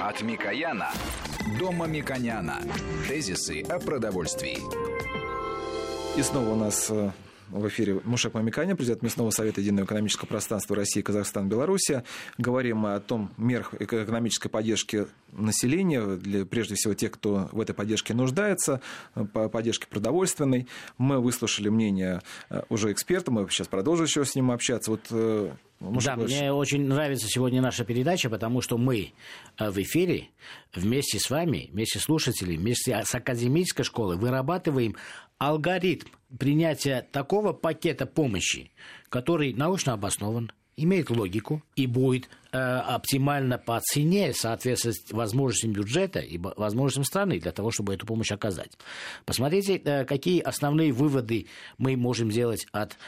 От Микояна до Мамиконяна. Тезисы о продовольствии. И снова у нас в эфире Мушек Мамиконян, президент Местного совета Единого экономического пространства России, Казахстан, Белоруссия. Говорим мы о том мерах экономической поддержки населения, прежде всего тех, кто в этой поддержке нуждается, по поддержке продовольственной. Мы выслушали мнение уже эксперта, мы сейчас продолжим еще с ним общаться. Мне очень нравится сегодня наша передача, потому что мы в эфире вместе с вами, вместе с слушателями, вместе с академической школой вырабатываем алгоритм принятия такого пакета помощи, который научно обоснован, имеет логику и будет оптимально по цене соответствовать возможностям бюджета и возможностям страны для того, чтобы эту помощь оказать. Посмотрите, какие основные выводы мы можем сделать от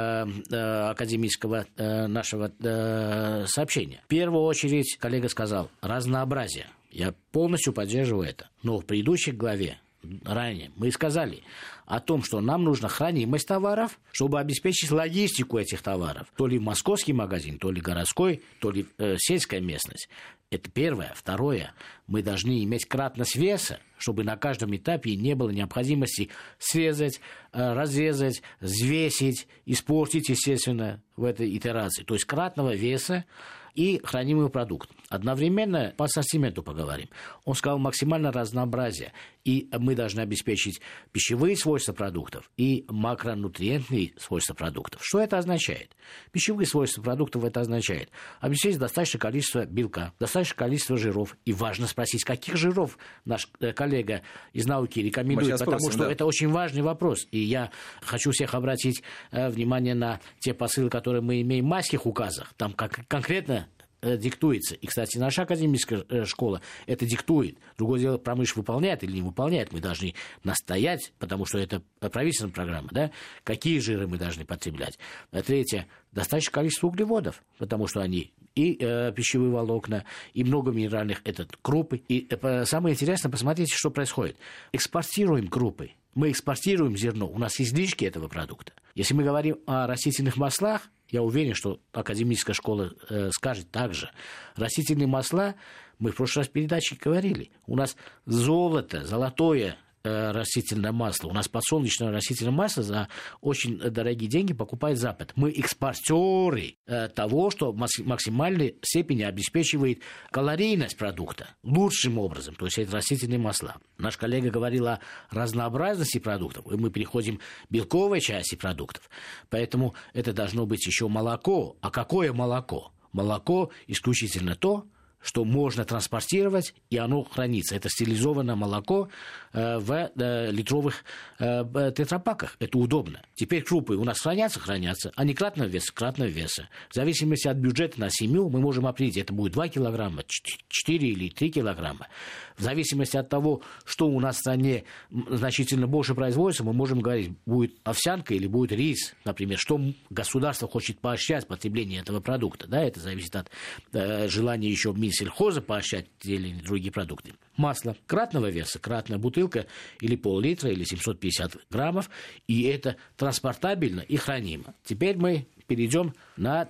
академического нашего сообщения. В первую очередь, коллега сказал, разнообразие. Я полностью поддерживаю это. Но в предыдущей главе ранее мы сказали о том, что нам нужна хранимость товаров, чтобы обеспечить логистику этих товаров. То ли московский магазин, то ли городской, то ли сельская местность. Это первое. Второе. Мы должны иметь кратность веса, чтобы на каждом этапе не было необходимости срезать, разрезать, взвесить, испортить, естественно, в этой итерации. То есть кратного веса и хранимый продукт. Одновременно по ассортименту поговорим. Он сказал максимальное разнообразие. И мы должны обеспечить пищевые свойства продуктов и макронутриентные свойства продуктов. Что это означает? Пищевые свойства продуктов это означает обеспечить достаточное количество белка, достаточное количество жиров. И важно спросить, каких жиров наш коллега из науки рекомендует, потому что это очень важный вопрос. И я хочу всех обратить внимание на те посылы, которые мы имеем в майских указах. Там конкретно диктуется. И, кстати, наша академическая школа это диктует. Другое дело, промышленность выполняет или не выполняет. Мы должны настоять, потому что это правительственная программа, да? Какие жиры мы должны потреблять. Третье. Достаточное количество углеводов, потому что они и пищевые волокна, и много минеральных, это крупы. И самое интересное, посмотрите, что происходит. Экспортируем крупы. Мы экспортируем зерно. У нас излишки этого продукта. Если мы говорим о растительных маслах, я уверен, что академическая школа скажет так же. Растительные масла, мы в прошлый раз в передаче говорили, у нас золотое растительное масло, у нас подсолнечное растительное масло за очень дорогие деньги покупает Запад. Мы экспортеры того, что в максимальной степени обеспечивает калорийность продукта лучшим образом, то есть это растительные масла. Наш коллега говорил о разнообразности продуктов, и мы переходим к белковой части продуктов. Поэтому это должно быть еще молоко. А какое молоко? Молоко исключительно то, что можно транспортировать, и оно хранится. Это стилизованное молоко в литровых тетрапаках. Это удобно. Теперь крупы у нас хранятся. Они кратного веса. В зависимости от бюджета на семью мы можем определить, это будет 2 килограмма, 4 или 3 килограмма. В зависимости от того, что у нас в стране значительно больше производится, мы можем говорить, будет овсянка или будет рис, например, что государство хочет поощрять потребление этого продукта. Да? Это зависит от желания еще Минсельхоза поощрять те или другие продукты. Масло кратного веса, кратная бутылка или пол-литра, или 750 граммов, и это транспортабельно и хранимо. Теперь мы перейдем на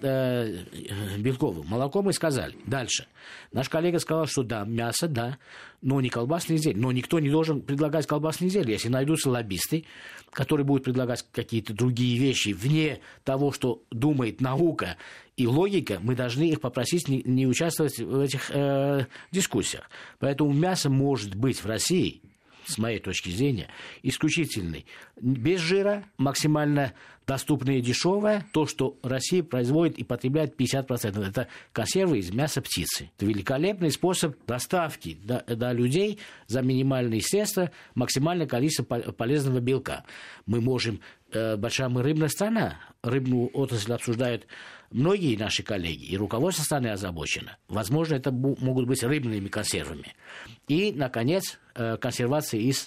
белковое. Молоко мы сказали. Дальше. Наш коллега сказал, что да, мясо, да, но не колбасные изделия. Но никто не должен предлагать колбасные изделия. Если найдутся лоббисты, которые будут предлагать какие-то другие вещи вне того, что думает наука и логика, мы должны их попросить не участвовать в этих дискуссиях. Поэтому мясо может быть в России, с моей точки зрения, исключительный. Без жира, максимально доступное и дешевое, то, что Россия производит и потребляет 50%. Это консервы из мяса птицы. Это великолепный способ доставки до людей за минимальные средства максимальное количество полезного белка. Мы можем... Большая мы рыбная страна. Рыбную отрасль обсуждают многие наши коллеги, и руководство страны озабочено. Возможно, это могут быть рыбными консервами. И, наконец, консервация из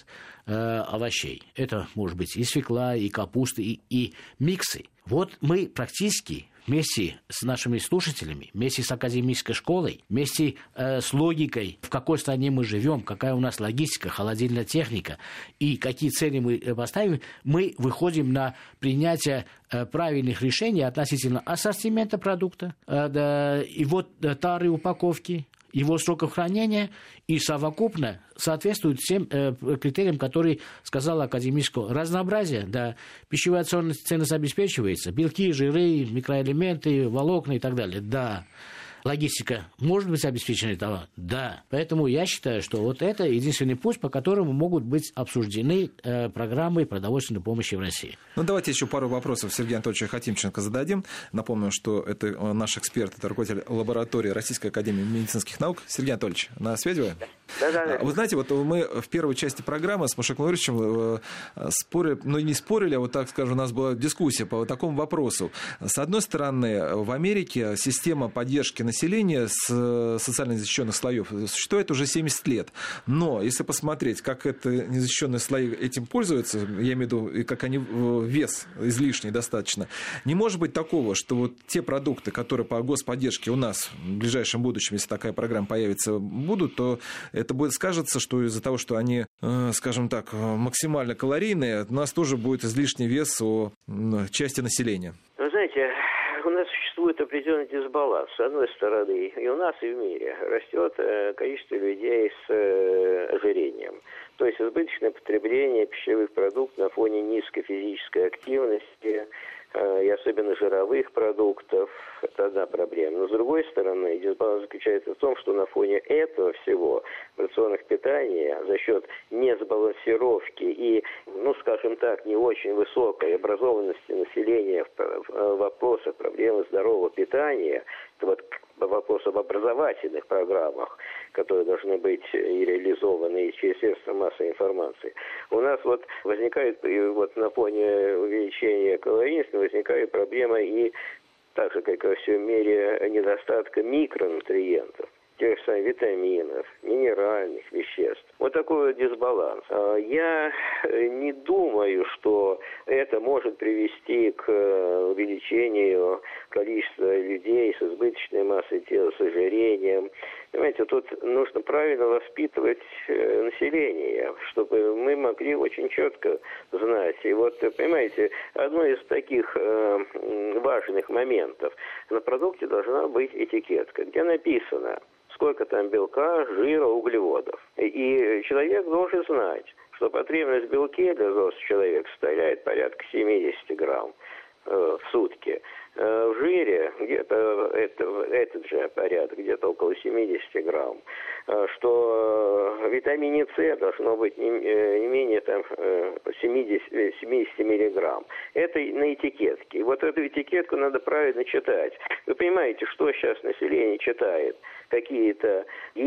овощей. Это может быть и свекла, и капуста, и миксы. Вот мы практически вместе с нашими слушателями, вместе с академической школой, вместе с логикой, в какой стране мы живем, какая у нас логистика, холодильная техника и какие цели мы поставим, мы выходим на принятие правильных решений относительно ассортимента продукта, и вот тары упаковки, его сроков хранения и совокупно соответствует всем критериям, которые сказала академического разнообразия. Да, пищевая ценность обеспечивается, белки, жиры, микроэлементы, волокна и так далее. Да. Логистика может быть обеспечена этого? Да. Поэтому я считаю, что вот это единственный путь, по которому могут быть обсуждены программы продовольственной помощи в России. Ну, давайте еще пару вопросов Сергею Анатольевичу Хатимченко зададим. Напомню, что это наш эксперт, это руководитель лаборатории Российской академии медицинских наук. Сергей Анатольевич, на связи вы? Да. Вы знаете, вот мы в первой части программы с Мушеком Лавричем спорили, ну, не спорили, а вот так скажем, у нас была дискуссия по вот такому вопросу. С одной стороны, в Америке система поддержки населения с социально защищенных слоев существует уже 70 лет. Но если посмотреть, как это незащищенные слои этим пользуются, я имею в виду, и как они вес излишний достаточно, не может быть такого, что вот те продукты, которые по господдержке у нас в ближайшем будущем, если такая программа появится, будут, то это будет скажется, что из-за того, что они, скажем так, максимально калорийные, у нас тоже будет излишний вес у части населения. Вы знаете, у нас существует определенный дисбаланс. С одной стороны, и у нас, и в мире растет количество людей с ожирением. То есть избыточное потребление пищевых продуктов на фоне низкой физической активности и особенно жировых продуктов – это одна проблема. Но с другой стороны, дисбаланс заключается в том, что на фоне этого всего в рационах питания за счет несбалансировки и, ну, скажем так, не очень высокой образованности населения в вопросах проблемы здорового питания, это вот вопрос об образовательных программах, которые должны быть и реализованы через средства массовой информации. У нас вот возникает, вот на фоне увеличения калорийности, возникает проблема и так же, как и во всем мире, недостатка микронутриентов, тех же самых витаминов, минеральных веществ. Вот такой вот дисбаланс. Я не думаю, что это может привести к увеличению количества людей с избыточной массой тела, с ожирением. Понимаете, тут нужно правильно воспитывать население, чтобы мы могли очень четко знать. И вот, понимаете, одно из таких важных моментов. На продукте должна быть этикетка, где написано, сколько там белка, жира, углеводов. И человек должен знать, что потребность в белке для взрослого человека составляет порядка 70 грамм в сутки. В жире где-то этот же порядок, где-то около 70 грамм. Что в витамине С должно быть не менее там, 70 миллиграмм. Это на этикетке. И вот эту этикетку надо правильно читать. Вы понимаете, что сейчас население читает? Какие-то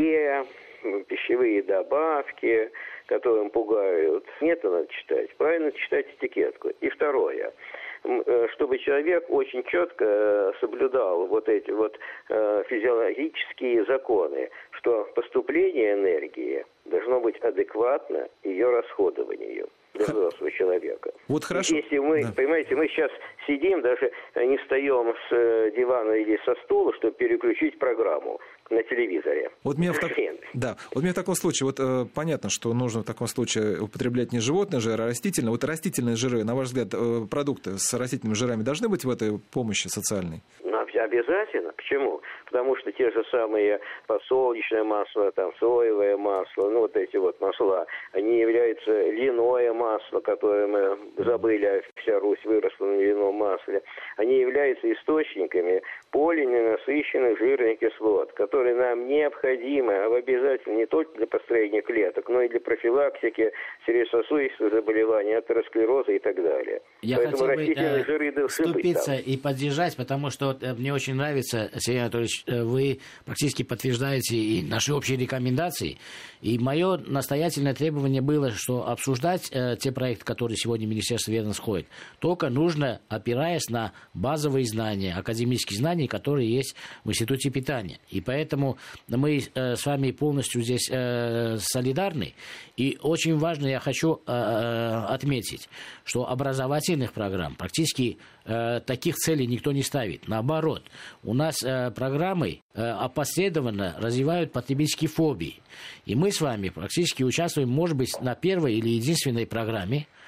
пищевые добавки, которым пугают. Нет, надо читать. Правильно читать этикетку. И второе. Чтобы человек очень четко соблюдал вот эти вот физиологические законы, что поступление энергии должно быть адекватно ее расходованию для взрослого человека. Вот хорошо. Если мы, понимаете, мы сейчас сидим, даже не встаем с дивана или со стула, чтобы переключить программу на телевизоре. Вот меня в таком случае, вот понятно, что нужно в таком случае употреблять не животные жиры, а растительные. Вот растительные жиры, на ваш взгляд, продукты с растительными жирами должны быть в этой помощи социальной? Обязательно. Почему? Потому что те же самые подсолнечное масло, там, соевое масло, ну, вот эти вот масла, они являются льняное масло, которое мы забыли, а вся Русь выросла на льняном масле. Они являются источниками полиненасыщенных жирных кислот, которые нам необходимы, обязательно не только для построения клеток, но и для профилактики сердечно-сосудистых заболеваний, атеросклероза и так далее. Я Поэтому хотел бы вступиться и поддержать, потому что мне очень нравится, Сергей Анатольевич, вы практически подтверждаете и наши общие рекомендации. И мое настоятельное требование было, что обсуждать те проекты, которые сегодня Министерство ведомств ходит, только нужно опираясь на базовые знания, академические знания, которые есть в Институте питания. И поэтому мы с вами полностью здесь солидарны. И очень важно, я хочу отметить, что образовательных программ практически таких целей никто не ставит. Наоборот, у нас программы опосредованно развивают потребительские фобии. И мы с вами практически участвуем, может быть, на первой или единственной программе,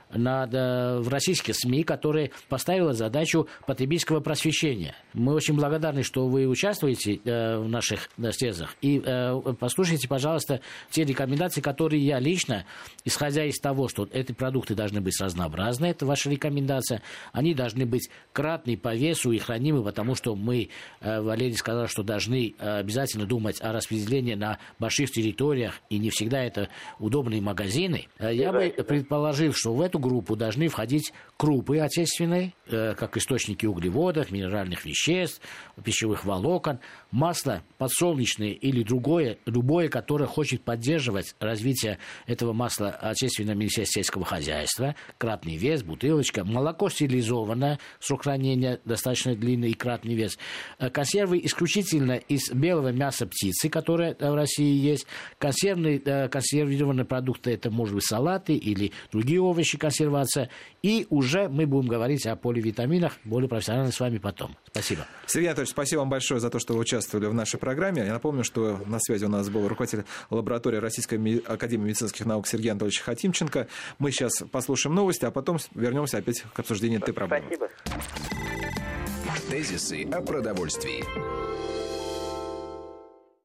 в российских СМИ, которая поставила задачу потребительского просвещения. Мы очень благодарны, что вы участвуете в наших тезах. И послушайте, пожалуйста, те рекомендации, которые я лично, исходя из того, что эти продукты должны быть разнообразны, это ваша рекомендация, они должны быть кратные по весу и хранимы, потому что мы, Валерий сказал, что должны обязательно думать о распределении на больших территориях, и не всегда это удобные магазины. Я бы предположил, что в эту группу должны входить крупы отечественные, как источники углеводов, минеральных веществ, пищевых волокон, масло подсолнечное или любое, которое хочет поддерживать развитие этого масла отечественного Министерства сельского хозяйства, кратный вес, бутылочка, молоко стерилизованное, срок хранения достаточно длинный и кратный вес, консервы исключительно из белого мяса птицы, которое в России есть, консервированные продукты, это может быть салаты или другие овощи, консервация, и уже мы будем говорить о поливитаминах более профессионально с вами потом. Спасибо. Сергей Анатольевич, спасибо вам большое за то, что вы участвовали в нашей программе. Я напомню, что на связи у нас был руководитель лаборатории Российской академии медицинских наук Сергей Анатольевич Хатимченко. Мы сейчас послушаем новости, а потом вернемся опять к обсуждению этой проблемы. Спасибо. Тезисы о продовольствии.